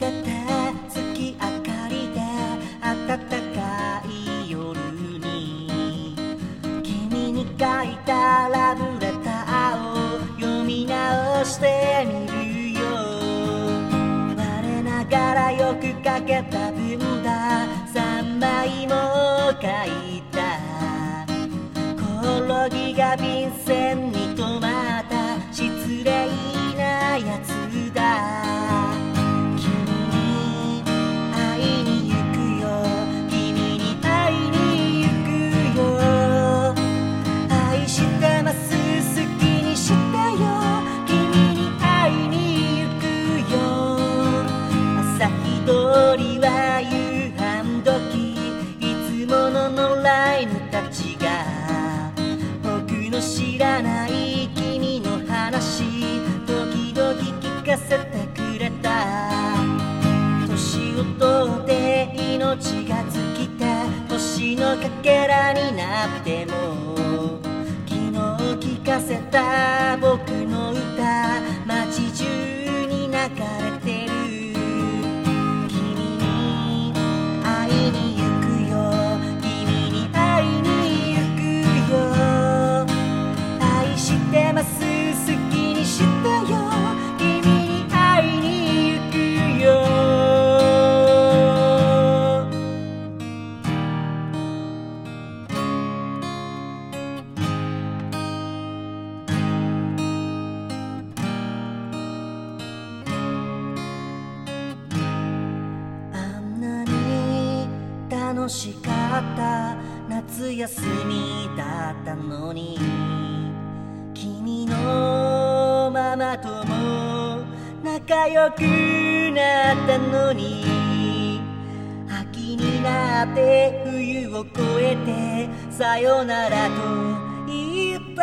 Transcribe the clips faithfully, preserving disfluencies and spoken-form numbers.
てた月明かりで暖かい夜に君に書いたラブレターを読み直してみるよ。我ながらよく書けた文ださんまいも書いた。コオロギが便箋に止まった失礼なやつだ。君に会いに行くよ、君に会いに行くよ。愛してます、好きにしてよ、君に会いに行くよ。朝日通りは夕飯時、いつもの野良犬たちが僕の知らない君の話時々聞かせてくれた。年を取って命が尽きて星のかけらになっても、昨日聞かせた僕の歌街中に流れてる。君に会いに行くよ、君に会いに行くよ。愛してます、好きにしてよ、君に会いに行くよ。あんなに楽しかった夏休みだったのに、君のママとも仲良くなったのに、秋になって冬を越えてさよならと言った。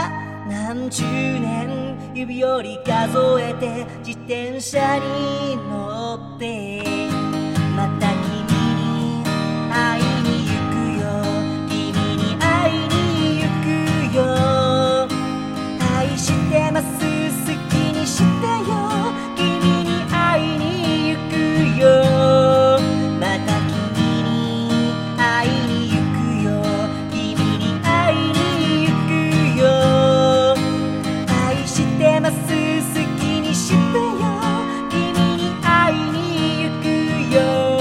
何十年指折り数えて自転車に乗ってまた君に会いに行くよ、君に会いに行くよ。愛してます、好きにしてよ、君に会いに行くよ。また君に会いに行くよ、君に会いに行くよ。愛してます、好きにしてよ、君に会いに行くよ。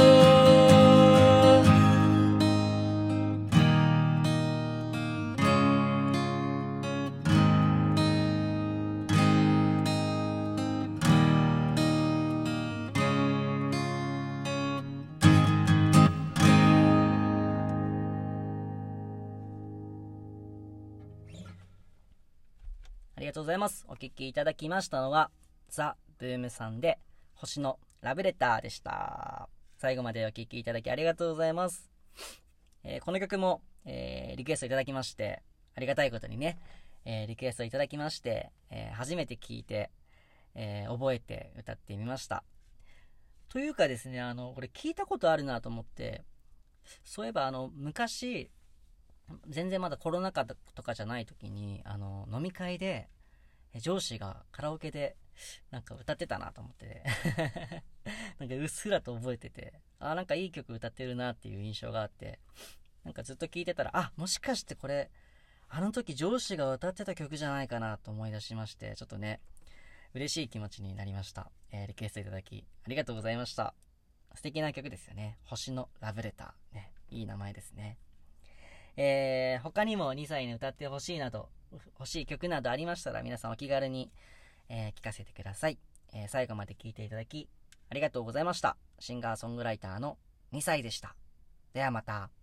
ありがとうございます。お聞きいただきましたのはザ・ブームさんで星のラブレターでした。最後までお聞きいただきありがとうございます。えー、この曲も、えー、リクエストいただきましてありがたいことにね、えー、リクエストいただきまして、えー、初めて聞いて、えー、覚えて歌ってみました。というかですね、あのこれ聞いたことあるなと思って、そういえばあの昔全然まだコロナ禍とかじゃない時にあの飲み会で上司がカラオケでなんか歌ってたなと思ってなんかうっすらと覚えてて、あ、なんかいい曲歌ってるなっていう印象があって、なんかずっと聴いてたら、あ、もしかしてこれあの時上司が歌ってた曲じゃないかなと思い出しまして、ちょっとね嬉しい気持ちになりました。えー、リクエストいただきありがとうございました。素敵な曲ですよね。星のラブレターね、いい名前ですね。えー、他にもにさいに歌ってほしいなど欲しい曲などありましたら皆さんお気軽に、えー、聞かせてください。えー、最後まで聞いていただきありがとうございました。シンガーソングライターのにさいでした。ではまた。